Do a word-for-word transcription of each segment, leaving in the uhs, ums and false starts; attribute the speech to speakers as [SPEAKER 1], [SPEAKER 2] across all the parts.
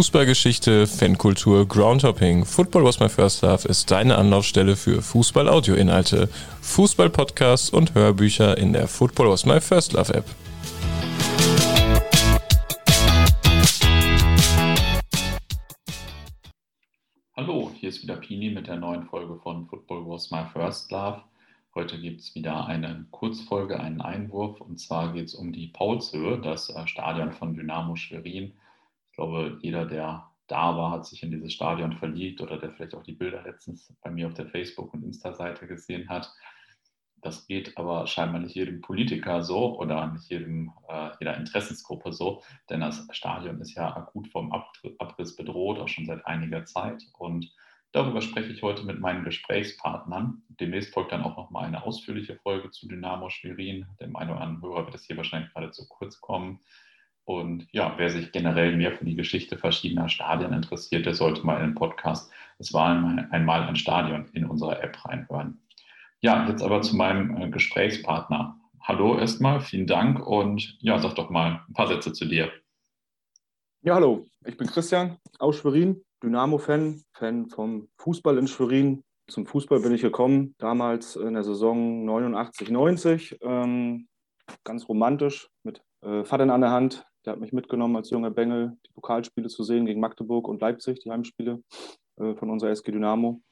[SPEAKER 1] Fußballgeschichte, Fankultur, Groundhopping. Football Was My First Love ist deine Anlaufstelle für Fußball-Audio-Inhalte, Fußball-Podcasts und Hörbücher in der Football Was My First Love App.
[SPEAKER 2] Hallo, hier ist wieder Pini mit der neuen Folge von Football Was My First Love. Heute gibt es wieder eine Kurzfolge, einen Einwurf, und zwar geht es um die Paulshöhe, das Stadion von Dynamo Schwerin. Ich glaube, jeder, der da war, hat sich in dieses Stadion verliebt oder der vielleicht auch die Bilder letztens bei mir auf der Facebook- und Insta-Seite gesehen hat. Das geht aber scheinbar nicht jedem Politiker so oder nicht jedem, äh, jeder Interessensgruppe so, denn das Stadion ist ja akut vom Abriss bedroht, auch schon seit einiger Zeit. Und darüber spreche ich heute mit meinen Gesprächspartnern. Demnächst folgt dann auch nochmal eine ausführliche Folge zu Dynamo Schwerin. Dem einen oder anderen Hörer wird es hier wahrscheinlich gerade zu kurz kommen. Und ja, wer sich generell mehr für die Geschichte verschiedener Stadien interessiert, der sollte mal in den Podcast Es war einmal ein Stadion in unserer App reinhören. Ja, jetzt aber zu meinem äh, Gesprächspartner. Hallo erstmal, vielen Dank und ja, sag doch mal ein paar Sätze zu dir.
[SPEAKER 3] Ja, hallo, ich bin Christian aus Schwerin, Dynamo-Fan, Fan vom Fußball in Schwerin. Zum Fußball bin ich gekommen, damals in der Saison neunundachtzig neunzig, ähm, ganz romantisch, mit äh, Vater an der Hand. Der hat mich mitgenommen als junger Bengel, die Pokalspiele zu sehen gegen Magdeburg und Leipzig, die Heimspiele äh, von unserer S G Dynamo.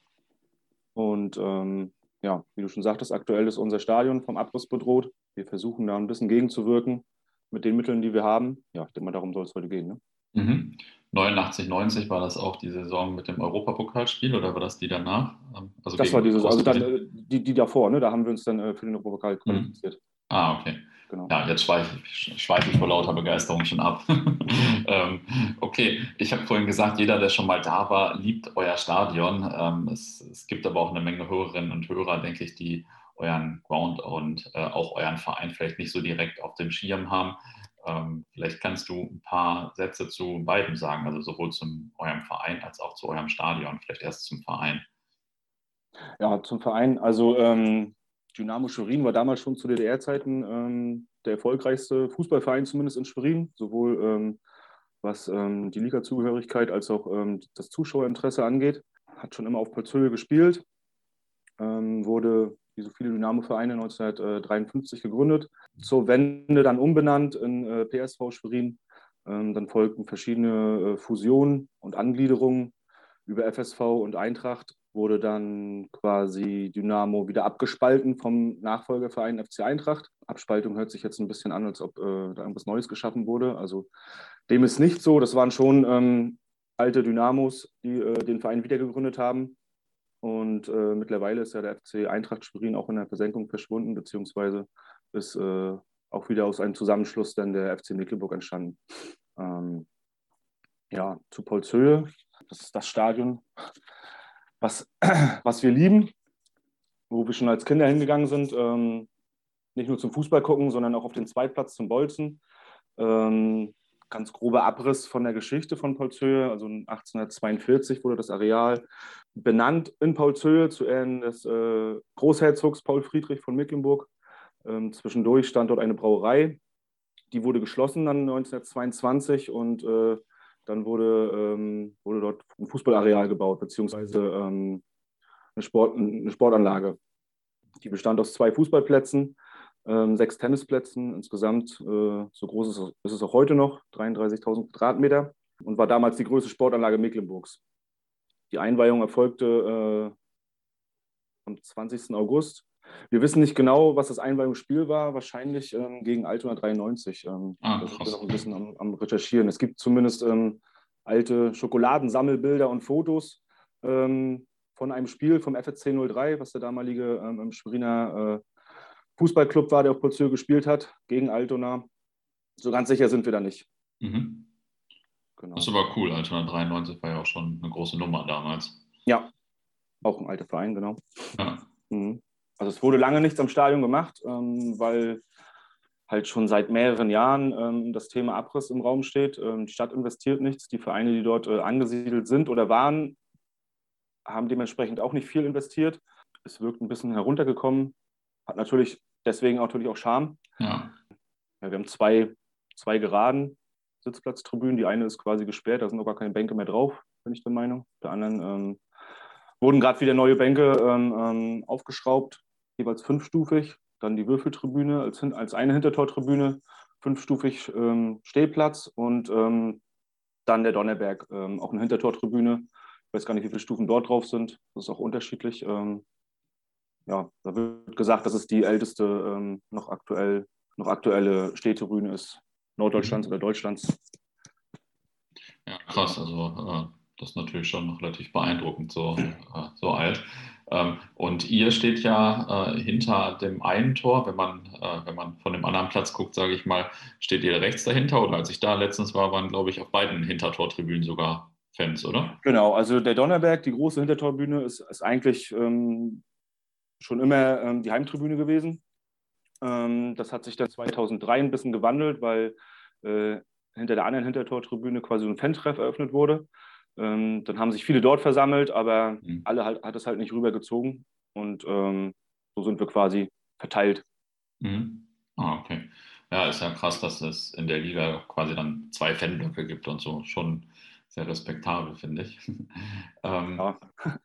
[SPEAKER 3] Und ähm, ja, wie du schon sagtest, aktuell ist unser Stadion vom Abriss bedroht. Wir versuchen da ein bisschen gegenzuwirken mit den Mitteln, die wir haben. Ja, ich denke mal, darum soll es heute gehen, ne?
[SPEAKER 2] Mhm. neunundachtzig neunzig, war das auch die Saison mit dem Europapokalspiel oder war das die danach? Also
[SPEAKER 3] das war diese, also dann äh, die, die davor, ne? Da haben wir uns dann äh, für den Europapokal qualifiziert.
[SPEAKER 2] Mhm. Ah, okay.
[SPEAKER 3] Genau.
[SPEAKER 2] Ja, jetzt schweife ich, schweife ich vor lauter Begeisterung schon ab. ähm, okay, ich habe vorhin gesagt, jeder, der schon mal da war, liebt euer Stadion. Ähm, es, es gibt aber auch eine Menge Hörerinnen und Hörer, denke ich, die euren Ground und äh, auch euren Verein vielleicht nicht so direkt auf dem Schirm haben. Ähm, vielleicht kannst du ein paar Sätze zu beiden sagen, also sowohl zu eurem Verein als auch zu eurem Stadion. Vielleicht erst zum Verein.
[SPEAKER 3] Ja, zum Verein. Also ähm, Dynamo Schwerin war damals schon zu D D R-Zeiten ähm, der erfolgreichste Fußballverein, zumindest in Schwerin, sowohl ähm, was ähm, die Liga-Zugehörigkeit als auch ähm, das Zuschauerinteresse angeht. Hat schon immer auf Paulshöhe gespielt, ähm, wurde wie so viele Dynamo-Vereine neunzehnhundertdreiundfünfzig gegründet, zur Wende dann umbenannt in äh, P S V Schwerin. Ähm, dann folgten verschiedene äh, Fusionen und Angliederungen. Über F S V und Eintracht wurde dann quasi Dynamo wieder abgespalten vom Nachfolgerverein F C Eintracht. Abspaltung hört sich jetzt ein bisschen an, als ob äh, da irgendwas Neues geschaffen wurde. Also dem ist nicht so. Das waren schon ähm, alte Dynamos, die äh, den Verein wiedergegründet haben. Und äh, mittlerweile ist ja der F C Eintracht Schwerin auch in der Versenkung verschwunden, beziehungsweise ist äh, auch wieder aus einem Zusammenschluss dann der F C Mecklenburg entstanden. Ähm, ja, zu Paulshöhe. Das ist das Stadion, was, was wir lieben, wo wir schon als Kinder hingegangen sind. Ähm, nicht nur zum Fußball gucken, sondern auch auf den Zweitplatz zum Bolzen. Ähm, ganz grober Abriss von der Geschichte von Paulshöhe. Also achtzehnhundertzweiundvierzig wurde das Areal benannt in Paulshöhe zu Ehren des äh, Großherzogs Paul Friedrich von Mecklenburg. Ähm, zwischendurch stand dort eine Brauerei. Die wurde geschlossen dann neunzehnhundertzweiundzwanzig und äh, dann wurde, ähm, wurde dort ein Fußballareal gebaut, beziehungsweise ähm, eine, Sport, eine Sportanlage. Die bestand aus zwei Fußballplätzen, ähm, sechs Tennisplätzen. Insgesamt, äh, so groß ist es, ist es auch heute noch, dreiunddreißigtausend Quadratmeter, und war damals die größte Sportanlage Mecklenburgs. Die Einweihung erfolgte äh, am zwanzigsten August. Wir wissen nicht genau, was das Einweihungsspiel war, wahrscheinlich ähm, gegen Altona dreiundneunzig. Ähm,
[SPEAKER 2] Ah,
[SPEAKER 3] da sind wir
[SPEAKER 2] krass.
[SPEAKER 3] noch ein bisschen am, am Recherchieren. Es gibt zumindest ähm, alte Schokoladensammelbilder und Fotos ähm, von einem Spiel vom F S C null drei, was der damalige ähm, Schweriner äh, Fußballclub war, der auf Paulshöhe gespielt hat, gegen Altona. So ganz sicher sind wir da nicht.
[SPEAKER 2] Mhm.
[SPEAKER 3] Genau.
[SPEAKER 2] Das ist aber cool. Altona dreiundneunzig war ja auch schon eine große Nummer damals.
[SPEAKER 3] Ja, auch ein alter Verein, genau.
[SPEAKER 2] Ja.
[SPEAKER 3] Mhm. Also es wurde lange nichts am Stadion gemacht, ähm, weil halt schon seit mehreren Jahren ähm, das Thema Abriss im Raum steht. Ähm, die Stadt investiert nichts. Die Vereine, die dort äh, angesiedelt sind oder waren, haben dementsprechend auch nicht viel investiert. Es wirkt ein bisschen heruntergekommen, hat natürlich deswegen auch, natürlich auch Charme.
[SPEAKER 2] Ja.
[SPEAKER 3] Ja, wir haben zwei, zwei Geraden, Sitzplatztribünen. Die eine ist quasi gesperrt, da sind noch gar keine Bänke mehr drauf, bin ich der Meinung. Der anderen ähm, wurden gerade wieder neue Bänke ähm, ähm, aufgeschraubt, jeweils fünfstufig. Dann die Würfeltribüne als, als eine Hintertortribüne, fünfstufig ähm, Stehplatz und ähm, dann der Donnerberg, ähm, auch eine Hintertortribüne. Ich weiß gar nicht, wie viele Stufen dort drauf sind. Das ist auch unterschiedlich. Ähm, ja, da wird gesagt, dass es die älteste ähm, noch aktuell noch aktuelle Stehtribüne ist, Norddeutschlands oder Deutschlands.
[SPEAKER 2] Ja, krass, also äh, das ist natürlich schon relativ beeindruckend, so, äh, so alt. Ähm, und ihr steht ja äh, hinter dem einen Tor, wenn man, äh, wenn man von dem anderen Platz guckt, sage ich mal, steht ihr rechts dahinter? Oder als ich da letztens war, waren, glaube ich, auf beiden Hintertortribünen sogar Fans, oder?
[SPEAKER 3] Genau, also der Donnerberg, die große Hintertorbühne, ist, ist eigentlich ähm, schon immer ähm, die Heimtribüne gewesen. Ähm, das hat sich dann zweitausenddrei ein bisschen gewandelt, weil äh, hinter der anderen Hintertortribüne quasi so ein Fan-Treff eröffnet wurde. Ähm, dann haben sich viele dort versammelt, aber
[SPEAKER 2] Mhm.
[SPEAKER 3] alle halt, hat es halt nicht rübergezogen. Und ähm, so sind wir quasi verteilt.
[SPEAKER 2] Mhm. Ah, okay. Ja, ist ja krass, dass es in der Liga quasi dann zwei Fanblöcke gibt und so. Schon sehr respektabel, finde ich. ähm,
[SPEAKER 3] Ja,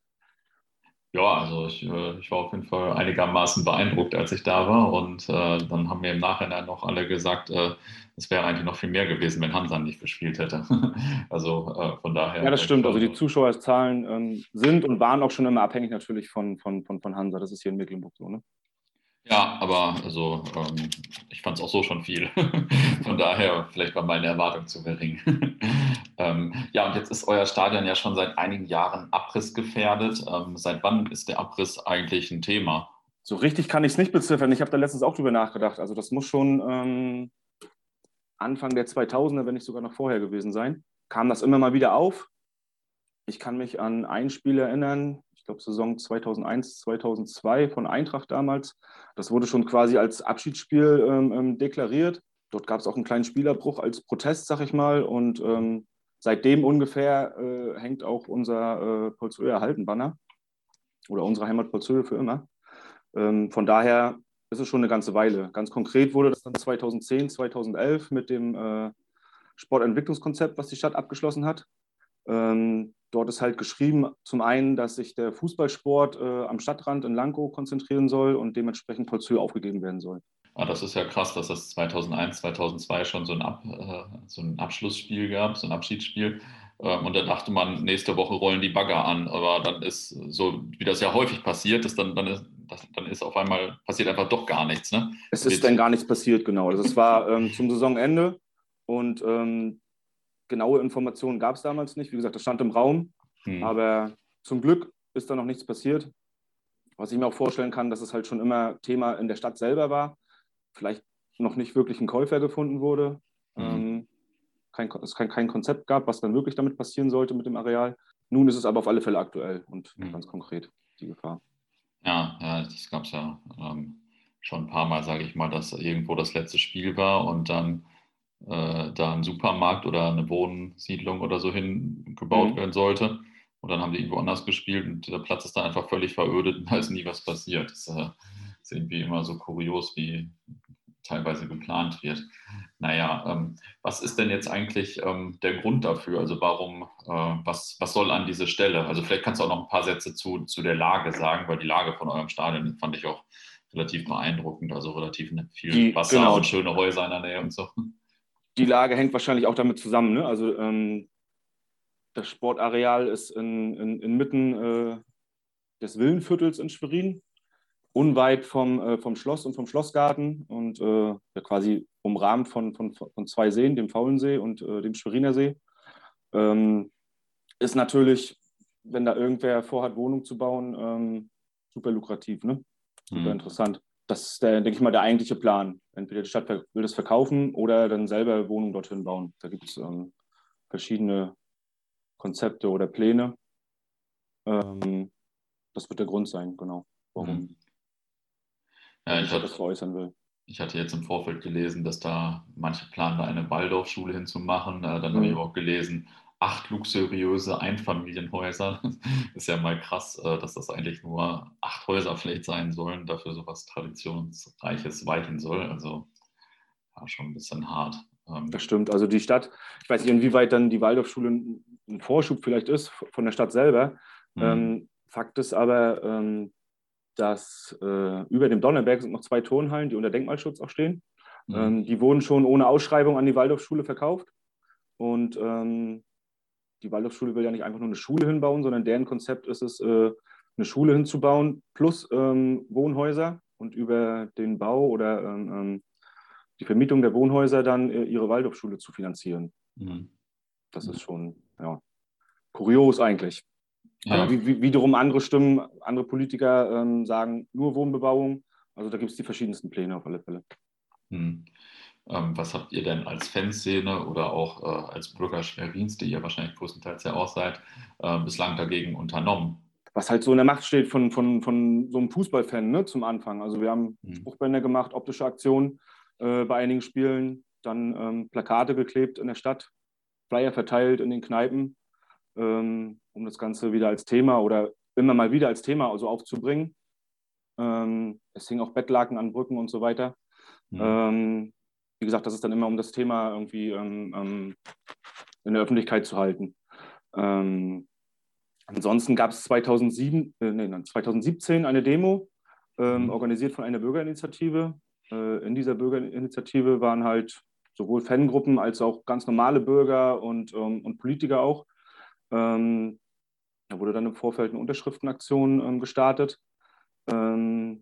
[SPEAKER 2] Ja, also ich, äh, ich war auf jeden Fall einigermaßen beeindruckt, als ich da war. Und äh, dann haben mir im Nachhinein noch alle gesagt, äh, es wäre eigentlich noch viel mehr gewesen, wenn Hansa nicht gespielt hätte. Also äh, von
[SPEAKER 3] ja,
[SPEAKER 2] daher
[SPEAKER 3] das
[SPEAKER 2] echt
[SPEAKER 3] stimmt. Also die
[SPEAKER 2] toll.
[SPEAKER 3] Zuschauerzahlen ähm, sind und waren auch schon immer abhängig natürlich von, von, von, von Hansa. Das ist hier in Mecklenburg so, ne?
[SPEAKER 2] Ja, aber also ähm, ich fand es auch so schon viel. Von daher, vielleicht war meine Erwartung zu gering. ähm, ja, und jetzt ist euer Stadion ja schon seit einigen Jahren abrissgefährdet. Ähm, seit wann ist der Abriss eigentlich ein Thema?
[SPEAKER 3] So richtig kann ich es nicht beziffern. Ich habe da letztens auch drüber nachgedacht. Also das muss schon ähm, Anfang der zweitausender, wenn nicht sogar noch vorher gewesen sein. Kam das immer mal wieder auf. Ich kann mich an ein Spiel erinnern, ich glaube Saison zweitausendeins, zweitausendzwei von Eintracht damals. Das wurde schon quasi als Abschiedsspiel ähm, ähm, deklariert. Dort gab es auch einen kleinen Spielerbruch als Protest, sag ich mal. Und ähm, seitdem ungefähr äh, hängt auch unser äh, Polzöer Erhalten-Banner oder unsere Heimat Polzöe für immer. Ähm, von daher ist es schon eine ganze Weile. Ganz konkret wurde das dann zweitausendzehn, zweitausendelf mit dem äh, Sportentwicklungskonzept, was die Stadt abgeschlossen hat. Ähm, dort ist halt geschrieben, zum einen, dass sich der Fußballsport äh, am Stadtrand in Lankow konzentrieren soll und dementsprechend Polzöl aufgegeben werden soll.
[SPEAKER 2] Ah, das ist ja krass, dass es zweitausendeins, zweitausendzwei schon so ein, Ab, äh, so ein Abschlussspiel gab, so ein Abschiedsspiel. Ähm, und da dachte man, nächste Woche rollen die Bagger an. Aber dann ist so, wie das ja häufig passiert, ist dann, dann, ist, das, dann ist auf einmal passiert einfach doch gar nichts. Ne?
[SPEAKER 3] Es ist
[SPEAKER 2] Wird,
[SPEAKER 3] dann gar nichts passiert, genau. Also es war ähm, zum Saisonende und ähm, genaue Informationen gab es damals nicht. Wie gesagt, das stand im Raum,
[SPEAKER 2] hm,
[SPEAKER 3] aber zum Glück ist da noch nichts passiert. Was ich mir auch vorstellen kann, dass es halt schon immer Thema in der Stadt selber war. Vielleicht noch nicht wirklich ein Käufer gefunden wurde.
[SPEAKER 2] hm,
[SPEAKER 3] Ähm, kein, es kein, kein Konzept gab, was dann wirklich damit passieren sollte mit dem Areal. Nun ist es aber auf alle Fälle aktuell und
[SPEAKER 2] hm.
[SPEAKER 3] ganz konkret die Gefahr.
[SPEAKER 2] Ja, ja, das gab es ja ähm, schon ein paar Mal, sage ich mal, dass irgendwo das letzte Spiel war und dann äh, da ein Supermarkt oder eine Wohnsiedlung oder so hingebaut
[SPEAKER 3] Mhm.
[SPEAKER 2] werden sollte. Und dann haben die irgendwo anders gespielt und der Platz ist dann einfach völlig verödet und da ist nie was passiert. Das äh, ist irgendwie immer so kurios, wie teilweise geplant wird. Naja, ähm, was ist denn jetzt eigentlich ähm, der Grund dafür? Also warum, äh, was, was soll an diese Stelle? Also vielleicht kannst du auch noch ein paar Sätze zu, zu der Lage sagen, weil die Lage von eurem Stadion fand ich auch relativ beeindruckend. Also relativ viel
[SPEAKER 3] Die,
[SPEAKER 2] Wasser und
[SPEAKER 3] genau,
[SPEAKER 2] schöne Häuser in der Nähe und so.
[SPEAKER 3] die Lage hängt wahrscheinlich auch damit zusammen. Ne? Also ähm, das Sportareal ist in, in, inmitten äh, des Villenviertels in Schwerin, unweit vom, äh, vom Schloss und vom Schlossgarten und äh, ja, quasi umrahmt von, von, von zwei Seen, dem Faulensee und äh, dem Schweriner See. Ähm, ist natürlich, wenn da irgendwer vorhat, Wohnung zu bauen, ähm, super lukrativ, ne? Super
[SPEAKER 2] Hm.
[SPEAKER 3] interessant. Das ist, der, denke ich mal, der eigentliche Plan. Entweder die Stadt will das verkaufen oder dann selber Wohnungen dorthin bauen. Da gibt es ähm, verschiedene Konzepte oder Pläne. Ähm, das wird der Grund sein, genau,
[SPEAKER 2] Hm.
[SPEAKER 3] warum,
[SPEAKER 2] Ja,
[SPEAKER 3] warum die
[SPEAKER 2] ich
[SPEAKER 3] Stadt das
[SPEAKER 2] hatte,
[SPEAKER 3] veräußern will.
[SPEAKER 2] ich hatte jetzt im Vorfeld gelesen, dass da manche planen, da eine Waldorfschule hinzumachen. Äh, dann habe ich
[SPEAKER 3] Mhm.
[SPEAKER 2] aber auch gelesen, acht luxuriöse Einfamilienhäuser. Ist ja mal krass, äh, dass das eigentlich nur acht Häuser vielleicht sein sollen, dafür so was Traditionsreiches weichen soll. Also ja, schon ein bisschen hart. Ähm,
[SPEAKER 3] Das stimmt. Also die Stadt, ich weiß nicht, inwieweit dann die Waldorfschule ein ein Vorschub vielleicht ist von der Stadt selber. Ähm, Fakt ist aber, ähm, dass äh, über dem Donnerberg sind noch zwei Turnhallen, die unter Denkmalschutz auch stehen.
[SPEAKER 2] mhm.
[SPEAKER 3] Ähm, die wurden schon ohne Ausschreibung an die Waldorfschule verkauft. Und ähm, die Waldorfschule will ja nicht einfach nur eine Schule hinbauen, sondern deren Konzept ist es, äh, eine Schule hinzubauen plus ähm, Wohnhäuser und über den Bau oder ähm, ähm, die Vermietung der Wohnhäuser dann äh, ihre Waldorfschule zu finanzieren.
[SPEAKER 2] Mhm.
[SPEAKER 3] Das ist schon ja, kurios eigentlich. Aber
[SPEAKER 2] Ja.
[SPEAKER 3] wie, wie, wiederum andere Stimmen, andere Politiker ähm, sagen nur Wohnbebauung. Also da gibt es die verschiedensten Pläne auf alle Fälle.
[SPEAKER 2] Mhm. Ähm, was habt ihr denn als Fanszene oder auch äh, als Bürger Schwerins, die ihr wahrscheinlich größtenteils ja auch seid, äh, bislang dagegen unternommen?
[SPEAKER 3] Was halt so in der Macht steht von, von, von so einem Fußballfan, ne, zum Anfang. Also wir haben
[SPEAKER 2] Mhm.
[SPEAKER 3] Spruchbänder gemacht, optische Aktionen äh, bei einigen Spielen, dann ähm, Plakate geklebt in der Stadt, Flyer verteilt in den Kneipen, ähm, um das Ganze wieder als Thema oder immer mal wieder als Thema also aufzubringen. Ähm, es hingen auch Bettlaken an Brücken und so weiter.
[SPEAKER 2] Mhm.
[SPEAKER 3] Ähm, wie gesagt, das ist dann immer, um das Thema irgendwie ähm, ähm, in der Öffentlichkeit zu halten. Ähm, ansonsten gab es zweitausendsieben, äh, nee, zweitausendsiebzehn eine Demo, ähm,
[SPEAKER 2] Mhm.
[SPEAKER 3] organisiert von einer Bürgerinitiative. Äh, in dieser Bürgerinitiative waren halt sowohl Fangruppen als auch ganz normale Bürger und, ähm, und Politiker auch. Ähm, da wurde dann im Vorfeld eine Unterschriftenaktion ähm, gestartet. Ähm,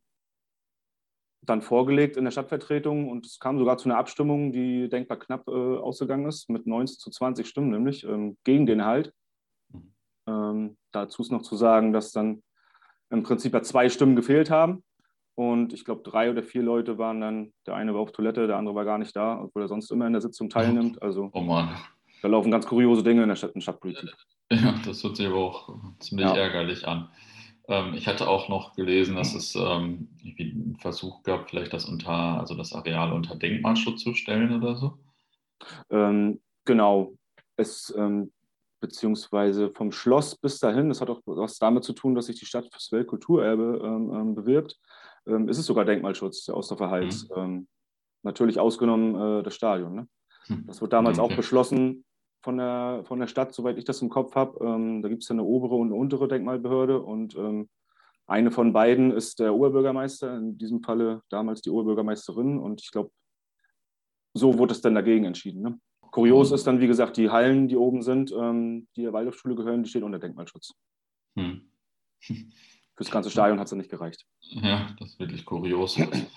[SPEAKER 3] dann vorgelegt in der Stadtvertretung und es kam sogar zu einer Abstimmung, die denkbar knapp äh, ausgegangen ist, mit neunzehn zu zwanzig Stimmen, nämlich ähm, gegen den Erhalt.
[SPEAKER 2] Mhm.
[SPEAKER 3] Ähm, dazu ist noch zu sagen, dass dann im Prinzip ja zwei Stimmen gefehlt haben und ich glaube, drei oder vier Leute waren dann, der eine war auf Toilette, der andere war gar nicht da, obwohl er sonst immer in der Sitzung teilnimmt. Also
[SPEAKER 2] Oh Mann.
[SPEAKER 3] da laufen ganz kuriose Dinge in der Stadt, in Stadtpolitik.
[SPEAKER 2] Ja, das hört sich aber auch ziemlich
[SPEAKER 3] Ja.
[SPEAKER 2] ärgerlich an. Ähm, ich hatte auch noch gelesen, dass es ähm, irgendwie einen Versuch gab, vielleicht das unter, also das Areal unter Denkmalschutz zu stellen oder so.
[SPEAKER 3] Ähm, genau. Es, ähm, beziehungsweise vom Schloss bis dahin, das hat auch was damit zu tun, dass sich die Stadt fürs Weltkulturerbe ähm, ähm, bewirbt, ähm, ist es sogar Denkmalschutz, der Austerverhalt.
[SPEAKER 2] Mhm.
[SPEAKER 3] Ähm, natürlich ausgenommen äh, das Stadion. Ne?
[SPEAKER 2] Hm.
[SPEAKER 3] Das wurde damals auch
[SPEAKER 2] Okay.
[SPEAKER 3] beschlossen von der, von der Stadt, soweit ich das im Kopf habe. Ähm, da gibt es ja eine obere und eine untere Denkmalbehörde und ähm, eine von beiden ist der Oberbürgermeister, in diesem Falle damals die Oberbürgermeisterin und ich glaube, so wurde es dann dagegen entschieden. Ne? Kurios ist
[SPEAKER 2] Und,
[SPEAKER 3] dann, wie gesagt, die Hallen, die oben sind, ähm, die der Waldorfschule gehören, die stehen unter Denkmalschutz.
[SPEAKER 2] hm.
[SPEAKER 3] Fürs ganze Stadion hat es dann nicht gereicht.
[SPEAKER 2] Ja, das ist wirklich kurios.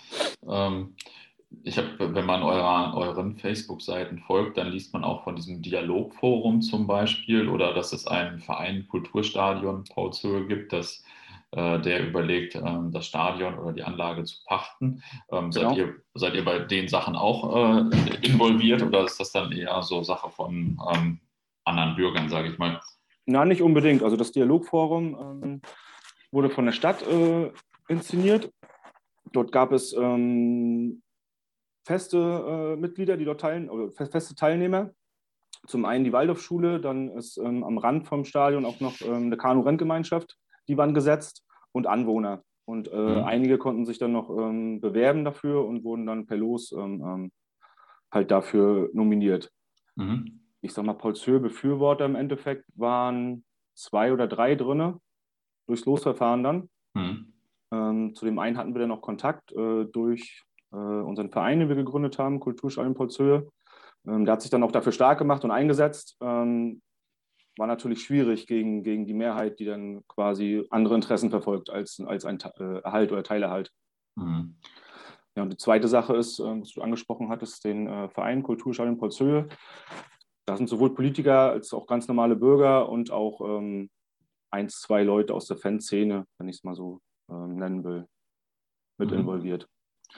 [SPEAKER 2] ähm, ich habe, wenn man eurer, euren Facebook-Seiten folgt, dann liest man auch von diesem Dialogforum zum Beispiel oder dass es einen Verein Kulturstadion Paulshöhe gibt, das, äh, der überlegt, ähm, das Stadion oder die Anlage zu pachten. Ähm, seid
[SPEAKER 3] Genau.
[SPEAKER 2] ihr, seid ihr bei den Sachen auch äh, involviert oder ist das dann eher so Sache von ähm, anderen Bürgern, sage ich mal?
[SPEAKER 3] Na, nicht unbedingt. Also das Dialogforum ähm, wurde von der Stadt äh, inszeniert. Dort gab es ähm, feste äh, Mitglieder, die dort teilen, oder feste Teilnehmer. Zum einen die Waldorfschule, dann ist ähm, am Rand vom Stadion auch noch ähm, eine Kanu-Renngemeinschaft, die waren gesetzt und Anwohner. Und äh,
[SPEAKER 2] Hm.
[SPEAKER 3] einige konnten sich dann noch ähm, bewerben dafür und wurden dann per Los ähm, ähm, halt dafür nominiert.
[SPEAKER 2] Mhm.
[SPEAKER 3] Ich sag mal, Paulshöhe Befürworter im Endeffekt waren zwei oder drei drin, durchs Losverfahren dann.
[SPEAKER 2] Mhm.
[SPEAKER 3] Ähm, zu dem einen hatten wir dann auch Kontakt äh, durch äh, unseren Verein, den wir gegründet haben, Kulturstadion Paulshöhe. Ähm, der hat sich dann auch dafür stark gemacht und eingesetzt. Ähm, war natürlich schwierig gegen, gegen die Mehrheit, die dann quasi andere Interessen verfolgt als, als ein äh, Erhalt oder Teilerhalt.
[SPEAKER 2] Mhm.
[SPEAKER 3] Ja, und die zweite Sache ist, äh, was du angesprochen hattest, den äh, Verein Kulturstadion Paulshöhe. Da sind sowohl Politiker als auch ganz normale Bürger und auch ähm, ein, zwei Leute aus der Fanszene, wenn ich es mal so ähm, nennen will, mit
[SPEAKER 2] Mhm.
[SPEAKER 3] involviert.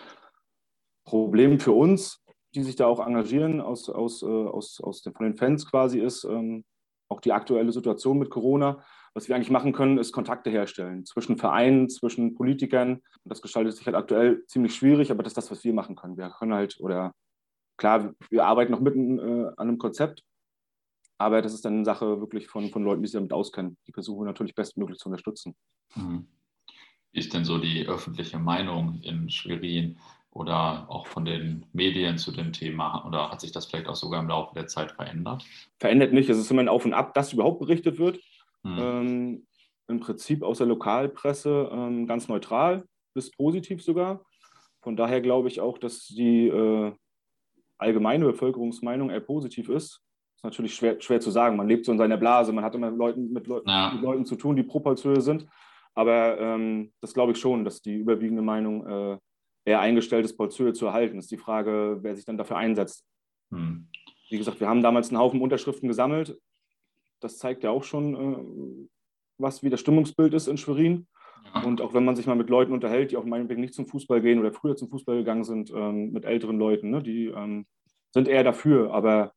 [SPEAKER 3] Problem für uns, die sich da auch engagieren, aus, aus, äh, aus, aus den, von den Fans quasi, ist ähm, auch die aktuelle Situation mit Corona. Was wir eigentlich machen können, ist Kontakte herstellen zwischen Vereinen, zwischen Politikern. Und das gestaltet sich halt aktuell ziemlich schwierig, aber das ist das, was wir machen können. Wir können halt, oder klar, wir arbeiten noch mitten äh, an einem Konzept, aber das ist dann eine Sache wirklich von, von Leuten, die sich damit auskennen. Die versuchen wir natürlich bestmöglich zu unterstützen.
[SPEAKER 2] Mhm. Wie ist denn so die öffentliche Meinung in Schwerin oder auch von den Medien zu dem Thema? Oder hat sich das vielleicht auch sogar im Laufe der Zeit verändert?
[SPEAKER 3] Verändert nicht. Es ist immer ein Auf und Ab, dass überhaupt berichtet wird.
[SPEAKER 2] Hm.
[SPEAKER 3] Ähm, im Prinzip aus der Lokalpresse ähm, ganz neutral bis positiv sogar. Von daher glaube ich auch, dass die äh, allgemeine Bevölkerungsmeinung eher positiv ist. Ist natürlich schwer, schwer zu sagen. Man lebt so in seiner Blase, man hat immer Leuten, mit, Leu
[SPEAKER 2] Ja.
[SPEAKER 3] mit Leuten zu tun, die pro Polzhöhe sind. Aber ähm, das glaube ich schon, dass die überwiegende Meinung äh, eher eingestellt ist, Polzhöhe zu erhalten. Ist die Frage, wer sich dann dafür einsetzt.
[SPEAKER 2] Hm.
[SPEAKER 3] Wie gesagt, wir haben damals einen Haufen Unterschriften gesammelt. Das zeigt ja auch schon, äh, was wie das Stimmungsbild ist in Schwerin.
[SPEAKER 2] Ja.
[SPEAKER 3] Und auch wenn man sich mal mit Leuten unterhält, die auch meinetwegen nicht zum Fußball gehen oder früher zum Fußball gegangen sind, ähm, mit älteren Leuten, ne, die ähm, sind eher dafür. Aber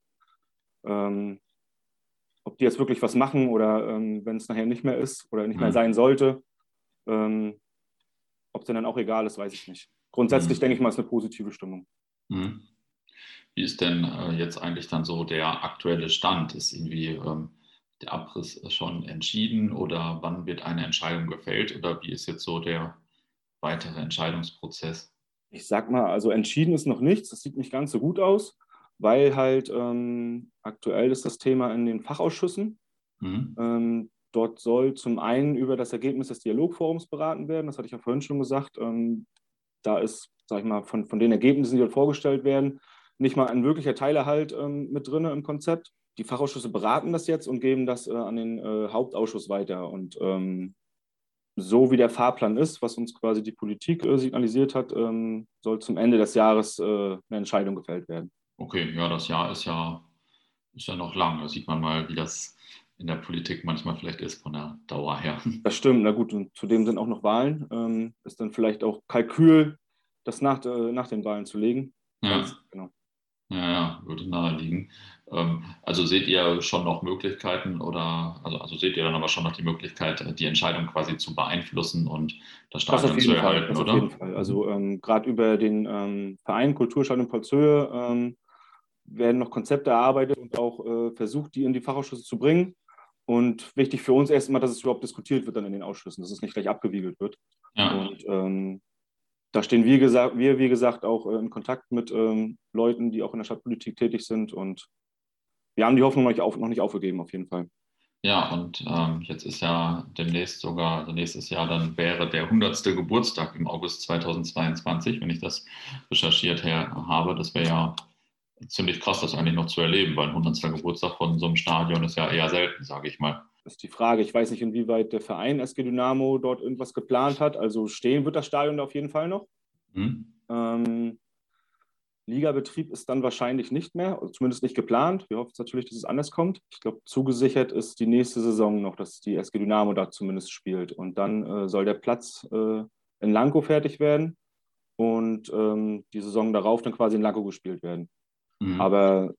[SPEAKER 3] ähm, ob die jetzt wirklich was machen oder ähm, wenn es nachher nicht mehr ist oder nicht mehr
[SPEAKER 2] Hm.
[SPEAKER 3] sein sollte, ähm, ob es dann auch egal ist, weiß ich nicht. Grundsätzlich
[SPEAKER 2] Hm.
[SPEAKER 3] denke ich mal, ist eine positive Stimmung.
[SPEAKER 2] Hm. Wie ist denn äh, jetzt eigentlich dann so der aktuelle Stand? Ist irgendwie ähm, der Abriss schon entschieden oder wann wird eine Entscheidung gefällt oder wie ist jetzt so der weitere Entscheidungsprozess?
[SPEAKER 3] Ich sag mal, also entschieden ist noch nichts. Das sieht nicht ganz so gut aus, weil halt ähm, aktuell ist das Thema in den Fachausschüssen.
[SPEAKER 2] Mhm.
[SPEAKER 3] Ähm, dort soll zum einen über das Ergebnis des Dialogforums beraten werden. Das hatte ich ja vorhin schon gesagt. Ähm, da ist, sag ich mal, von, von den Ergebnissen, die dort vorgestellt werden, nicht mal ein wirklicher Teilerhalt ähm, mit drin im Konzept. Die Fachausschüsse beraten das jetzt und geben das äh, an den äh, Hauptausschuss weiter. Und ähm, so wie der Fahrplan ist, was uns quasi die Politik äh, signalisiert hat, ähm, soll zum Ende des Jahres äh, eine Entscheidung gefällt werden.
[SPEAKER 2] Okay, ja, das Jahr ist ja, ist ja noch lang. Da sieht man mal, wie das in der Politik manchmal vielleicht ist von der Dauer her.
[SPEAKER 3] Das stimmt, na gut, und zudem sind auch noch Wahlen. Ähm, ist dann vielleicht auch Kalkül, das nach, äh, nach den Wahlen zu legen. Ich weiß
[SPEAKER 2] Ja,
[SPEAKER 3] es nicht genau.
[SPEAKER 2] ja, ja, würde naheliegen. Ähm, also seht ihr schon noch Möglichkeiten oder also, also seht ihr dann aber schon noch die Möglichkeit, die Entscheidung quasi zu beeinflussen und das
[SPEAKER 3] Das auf
[SPEAKER 2] Stadion zu
[SPEAKER 3] jeden Fall,
[SPEAKER 2] erhalten,
[SPEAKER 3] das auf jeden
[SPEAKER 2] oder?
[SPEAKER 3] Fall. Also ähm, gerade über den ähm, Verein Kulturstadion Polzhöhe ähm, werden noch Konzepte erarbeitet und auch äh, versucht, die in die Fachausschüsse zu bringen. Und wichtig für uns erstmal, dass es überhaupt diskutiert wird dann in den Ausschüssen, dass es nicht gleich abgewiegelt wird.
[SPEAKER 2] Ja.
[SPEAKER 3] Und ähm, da stehen wir, gesagt, wir, wie gesagt, auch äh, in Kontakt mit ähm, Leuten, die auch in der Stadtpolitik tätig sind. Und wir haben die Hoffnung noch nicht, auf, noch nicht aufgegeben, auf jeden Fall.
[SPEAKER 2] Ja, und ähm, jetzt ist ja demnächst sogar, also nächstes Jahr dann wäre der hundertste Geburtstag im August zweitausendzweiundzwanzig, wenn ich das recherchiert her habe. Das wäre ja ziemlich krass, das eigentlich noch zu erleben, weil ein hundertster Geburtstag von so einem Stadion ist ja eher selten, sage ich mal.
[SPEAKER 3] Das ist die Frage. Ich weiß nicht, inwieweit der Verein S G Dynamo dort irgendwas geplant hat. Also stehen wird das Stadion da auf jeden Fall noch.
[SPEAKER 2] Hm?
[SPEAKER 3] Ähm, Ligabetrieb ist dann wahrscheinlich nicht mehr, also zumindest nicht geplant. Wir hoffen natürlich, dass es anders kommt. Ich glaube, zugesichert ist die nächste Saison noch, dass die S G Dynamo da zumindest spielt. Und dann äh, soll der Platz äh, in Lankow fertig werden und ähm, die Saison darauf dann quasi in Lankow gespielt werden.
[SPEAKER 2] Mhm.
[SPEAKER 3] Aber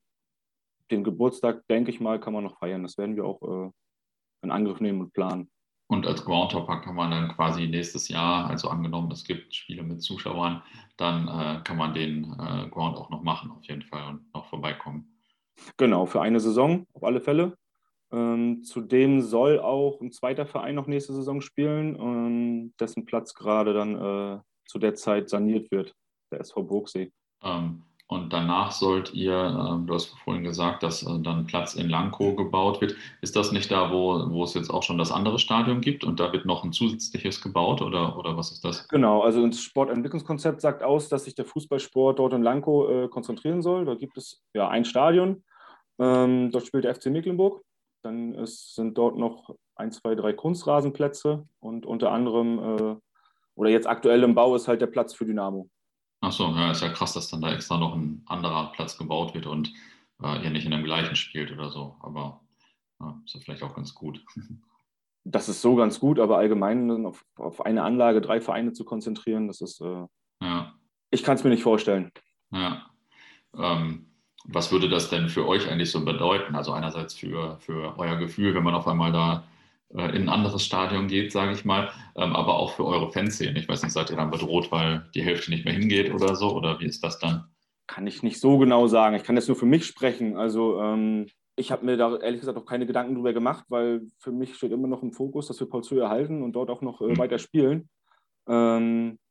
[SPEAKER 3] den Geburtstag, denke ich mal, kann man noch feiern. Das werden wir auch äh, in Angriff nehmen und planen.
[SPEAKER 2] Und als Groundhopper kann man dann quasi nächstes Jahr, also angenommen, es gibt Spiele mit Zuschauern, dann äh, kann man den äh, Ground auch noch machen, auf jeden Fall, und noch vorbeikommen.
[SPEAKER 3] Genau, für eine Saison auf alle Fälle. Ähm, zudem soll auch ein zweiter Verein noch nächste Saison spielen, ähm, dessen Platz gerade dann äh, zu der Zeit saniert wird, der S V Burgsee.
[SPEAKER 2] Ähm, und danach sollt ihr, ähm, du hast vorhin gesagt, dass äh, dann Platz in Lankow gebaut wird. Ist das nicht da, wo, wo es jetzt auch schon das andere Stadion gibt und da wird noch ein zusätzliches gebaut oder, oder was ist das?
[SPEAKER 3] Genau, also das Sportentwicklungskonzept sagt aus, dass sich der Fußballsport dort in Lankow äh, konzentrieren soll. Da gibt es ja ein Stadion, ähm, dort spielt der F C Mecklenburg. Dann ist, sind dort noch ein, zwei, drei Kunstrasenplätze und unter anderem, äh, oder jetzt aktuell im Bau ist halt der Platz für Dynamo.
[SPEAKER 2] Ach so, ja, ist ja krass, dass dann da extra noch ein anderer Platz gebaut wird und äh, ihr nicht in dem gleichen spielt oder so. Aber ja, ist ja vielleicht auch ganz gut.
[SPEAKER 3] Das ist so ganz gut, aber allgemein auf, auf eine Anlage drei Vereine zu konzentrieren, das ist, äh,
[SPEAKER 2] Ja,
[SPEAKER 3] ich kann es mir nicht vorstellen.
[SPEAKER 2] ja. Ähm, was würde das denn für euch eigentlich so bedeuten? Also einerseits für, für euer Gefühl, wenn man auf einmal da äh, in ein anderes Stadion geht, sage ich mal, ähm, aber auch für eure Fanszene. Ich weiß nicht, seid ihr dann bedroht, weil die Hälfte nicht mehr hingeht oder so? Oder wie ist das dann?
[SPEAKER 3] Kann ich nicht so genau sagen. Ich kann jetzt nur für mich sprechen. Also ähm, ich habe mir da ehrlich gesagt auch keine Gedanken drüber gemacht, weil für mich steht immer noch im Fokus, dass wir Paul Zö erhalten und dort auch noch äh,
[SPEAKER 2] Hm.
[SPEAKER 3] weiter spielen. Ähm,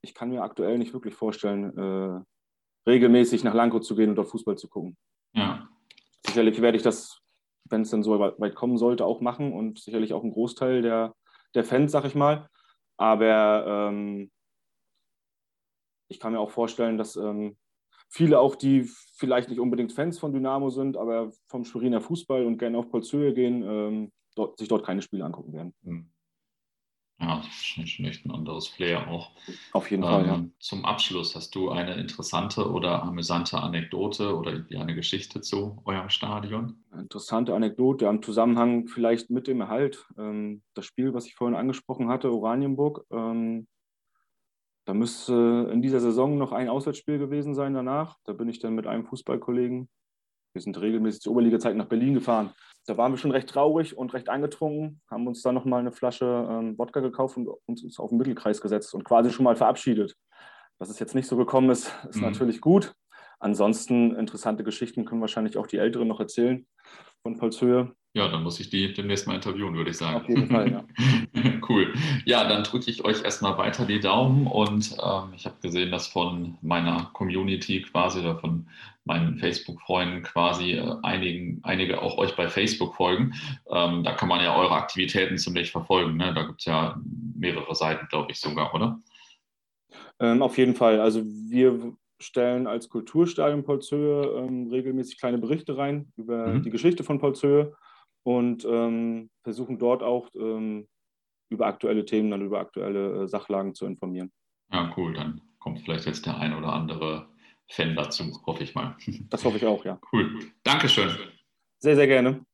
[SPEAKER 3] ich kann mir aktuell nicht wirklich vorstellen, äh, regelmäßig nach Lankow zu gehen und dort Fußball zu gucken.
[SPEAKER 2] Ja.
[SPEAKER 3] Sicherlich werde ich das, wenn es dann so weit kommen sollte, auch machen und sicherlich auch ein Großteil der, der Fans, sag ich mal. Aber ähm, ich kann mir auch vorstellen, dass ähm, viele auch, die vielleicht nicht unbedingt Fans von Dynamo sind, aber vom Schweriner Fußball und gerne auf Polzhöhe gehen, ähm, dort, sich dort keine Spiele angucken werden.
[SPEAKER 2] Ja, das ist schon, schon echt ein anderes Flair auch.
[SPEAKER 3] Auf jeden
[SPEAKER 2] ähm,
[SPEAKER 3] Fall, ja.
[SPEAKER 2] Zum Abschluss, hast du eine interessante oder amüsante Anekdote oder irgendwie eine Geschichte zu eurem Stadion?
[SPEAKER 3] Interessante Anekdote im Zusammenhang vielleicht mit dem Erhalt. Ähm, das Spiel, was ich vorhin angesprochen hatte, Oranienburg, ähm, da müsste in dieser Saison noch ein Auswärtsspiel gewesen sein danach. Da bin ich dann mit einem Fußballkollegen, wir sind regelmäßig zur Oberliga-Zeit nach Berlin gefahren. Da waren wir schon recht traurig und recht angetrunken, haben uns dann nochmal eine Flasche ähm, Wodka gekauft und uns auf den Mittelkreis gesetzt und quasi schon mal verabschiedet. Dass es jetzt nicht so gekommen ist, ist mhm. natürlich gut. Ansonsten interessante Geschichten können wahrscheinlich auch die Älteren noch erzählen von Polzhöhe.
[SPEAKER 2] Ja, dann muss ich die demnächst mal interviewen, würde ich sagen.
[SPEAKER 3] Auf jeden Fall, ja.
[SPEAKER 2] Cool. Ja, dann drücke ich euch erstmal weiter die Daumen und ähm, ich habe gesehen, dass von meiner Community quasi oder von meinen Facebook-Freunden quasi äh, einigen, einige auch euch bei Facebook folgen. Ähm, da kann man ja eure Aktivitäten ziemlich verfolgen. Ne? Da gibt es ja mehrere Seiten, glaube ich sogar, oder?
[SPEAKER 3] Ähm, auf jeden Fall. Also wir stellen als Kulturstadion Polzhöhe ähm, regelmäßig kleine Berichte rein über mhm. die Geschichte von Polzhöhe und ähm, versuchen dort auch ähm, über aktuelle Themen, dann über aktuelle äh, Sachlagen zu informieren.
[SPEAKER 2] Ja, cool. Dann kommt vielleicht jetzt der ein oder andere Fan dazu, hoffe ich mal.
[SPEAKER 3] Das hoffe ich auch, ja.
[SPEAKER 2] Cool. Dankeschön.
[SPEAKER 3] Sehr, sehr gerne.